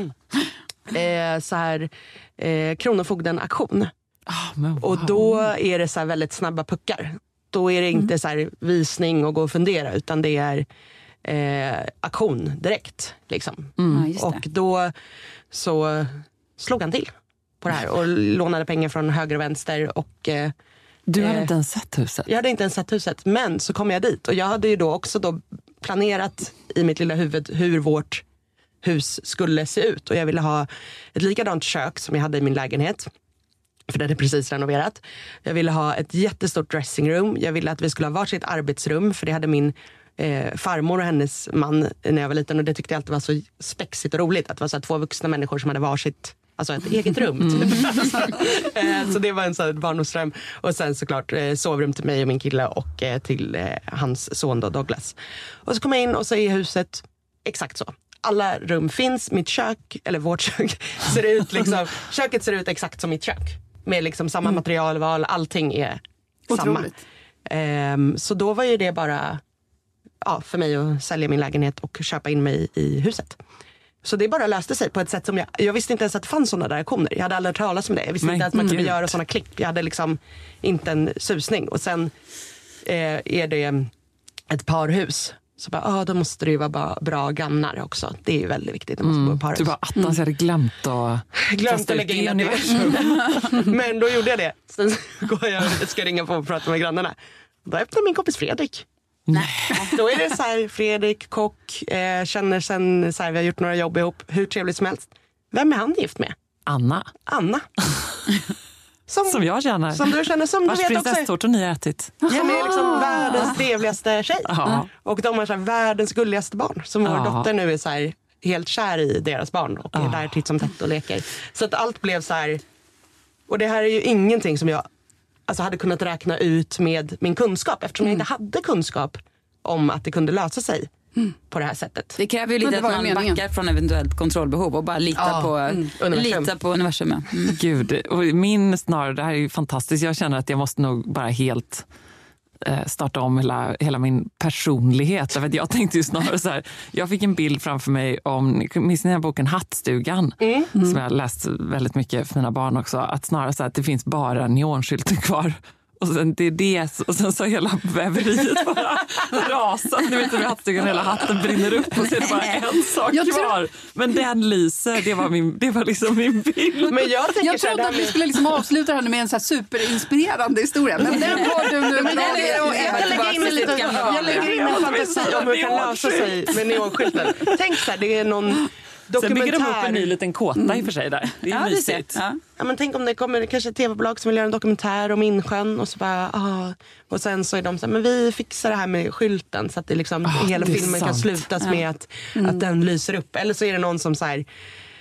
så här Kronofogden-aktion. Och då är det så här väldigt snabba puckar. Då är det inte så här visning och gå och fundera, utan det är aktion direkt. Liksom. Och då så slog han till på det här och lånade pengar från höger och vänster. Och, du hade inte ens sett huset? Jag hade inte ens sett huset, men så kom jag dit. Och jag hade ju då också planerat i mitt lilla huvud hur vårt hus skulle se ut. Och jag ville ha ett likadant kök som jag hade i min lägenhet. För den är precis renoverat. Jag ville ha ett jättestort dressingroom. Jag ville att vi skulle ha varsitt arbetsrum. För det hade min farmor och hennes man när jag var liten. Och det tyckte jag alltid var så spexigt och roligt. Att det var så här 2 vuxna människor som hade varsitt, alltså ett eget rum. Så det var en sån här barndomsdröm. Och sen såklart sovrum till mig och min kille och till hans son då, Douglas. Och så kom jag in och så är huset exakt så. Alla rum finns, mitt kök, eller vårt kök, ser ut liksom, köket ser ut exakt som mitt kök. Med liksom samma materialval, allting är otroligt. Samma. Så då var ju det bara för mig att sälja min lägenhet och köpa in mig i huset. Så det bara löste sig på ett sätt som jag visste inte ens att det fanns sådana där aktioner. Jag hade aldrig hört talas om det. Jag visste inte att man kunde göra sådana klipp. Jag hade liksom inte en susning. Och sen är det ett parhus. Så bara, då måste det ju vara bra grannar också. Det är ju väldigt viktigt när man ska bo i parhus. Du bara, attans, jag hade glömt att lägga in det. Men då gjorde jag det. Sen ska jag ringa på och prata med grannarna. Då öppnar min kompis Fredrik. Nej. Då är det så här, Fredrik, kock, känner sen så här, vi har gjort några jobb ihop, hur trevligt som helst. Vem är han gift med? Anna. Som jag känner. Som du känner, som vars du vet också. Prinsesstårtor ni ätit. Som är liksom världens trevligaste tjej. Och de har så här, världens gulligaste barn. Som vår dotter nu är så här, helt kär i deras barn. Och är där titt som tätt och leker. Så att allt blev så här. Och det här är ju ingenting som jag hade kunnat räkna ut med min kunskap. Eftersom jag inte hade kunskap om att det kunde lösa sig på det här sättet. Det kräver ju lite att man backar från eventuellt kontrollbehov och bara lita på universum. Gud, och min snarare, det här är ju fantastiskt. Jag känner att jag måste nog bara helt starta om hela min personlighet. För jag tänkte ju snarare så här, jag fick en bild framför mig om, minns ni den här boken Hattstugan? Som jag har läst väldigt mycket för mina barn också. Att snarare så här, att det finns bara neonskylten kvar. Och sen och sen så hela väveriet bara rasar. Du vet, med hattstugan, hela hatten brinner upp och så är det bara en sak kvar. Men den lyser, det var liksom min bild. Men jag trodde att vi skulle liksom avsluta det här med en så här superinspirerande historia. Men den har du nu. Jag lägger in en fantasi om hur det kan lösa sig med neonskylten. Tänk så här, det är någon dokumentär. Sen bygger de upp en ny liten kåta i och för sig där. Det är mysigt. Ja, men tänk om det kommer kanske ett tv-bolag som vill göra en dokumentär om Insjön och så bara, och sen så är de så här, men vi fixar det här med skylten så att det liksom hela det filmen kan slutas med att den lyser upp. Eller så är det någon som så här,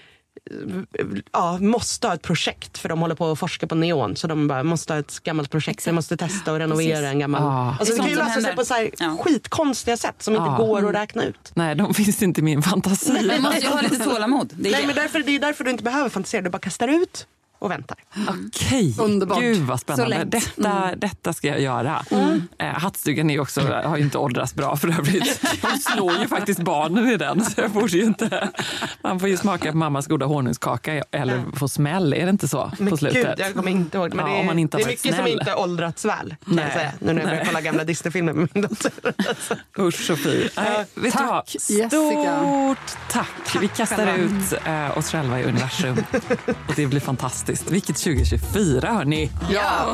måste ha ett projekt för de håller på att forska på neon, så de bara måste ha ett gammalt projekt, de måste testa och renovera en gammal. Alltså det kan ju lösa sig på så här skitkonstiga sätt som inte går att räkna ut. Nej, de finns inte i min fantasi. Men man måste ju ha lite tålamod. Men det är därför du inte behöver fantisera, du bara kastar ut och väntar. Okej, underbart. Gud vad spännande. Detta ska jag göra. Hattstugan är också, har ju inte åldrats bra för övrigt. De slår ju faktiskt barnen i den, så jag borde ju inte. Man får ju smaka på mammas goda honungskaka eller få smäll, är det inte så på slutet? Gud, jag kommer inte ihåg. Men det är mycket snäll som inte åldrats väl. Säga, nu när jag börjar kolla gamla Disney-filmer med min dotter. Usch Sofie. Vet du vad? Stort tack. Vi kastar ut oss själva i universum. Och det blir fantastiskt. Vilket 2024, hörni. Ja!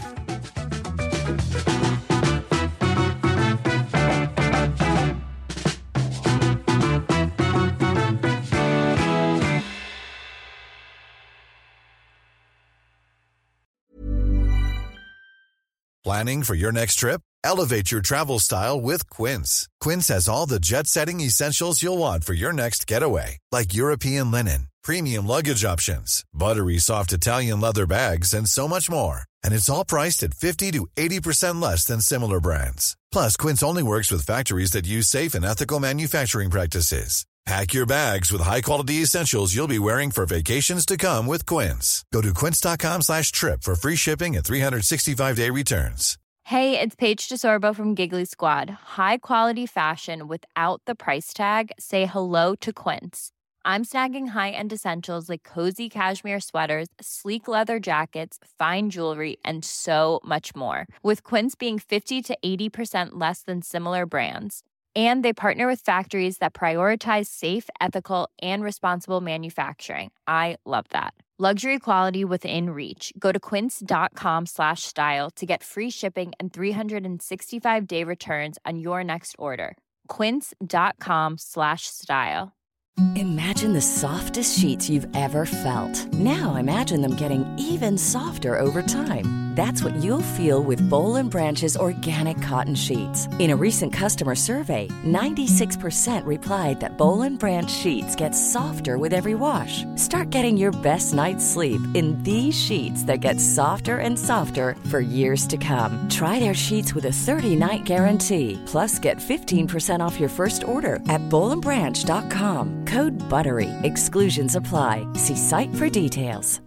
Planning for your next trip? Elevate your travel style with Quince. Quince has all the jet-setting essentials you'll want for your next getaway, like European linen, premium luggage options, buttery soft Italian leather bags, and so much more. And it's all priced at 50 to 80% less than similar brands. Plus, Quince only works with factories that use safe and ethical manufacturing practices. Pack your bags with high-quality essentials you'll be wearing for vacations to come with Quince. Go to quince.com/trip for free shipping and 365-day returns. Hey, it's Paige DeSorbo from Giggly Squad. High quality fashion without the price tag. Say hello to Quince. I'm snagging high-end essentials like cozy cashmere sweaters, sleek leather jackets, fine jewelry, and so much more. With Quince being 50 to 80% less than similar brands. And they partner with factories that prioritize safe, ethical, and responsible manufacturing. I love that. Luxury quality within reach. Go to quince.com/style to get free shipping and 365-day returns on your next order. Quince.com/style. Imagine the softest sheets you've ever felt. Now imagine them getting even softer over time. That's what you'll feel with Boll & Branch's organic cotton sheets. In a recent customer survey, 96% replied that Boll & Branch sheets get softer with every wash. Start getting your best night's sleep in these sheets that get softer and softer for years to come. Try their sheets with a 30-night guarantee. Plus, get 15% off your first order at bollandbranch.com. Code BUTTERY. Exclusions apply. See site for details.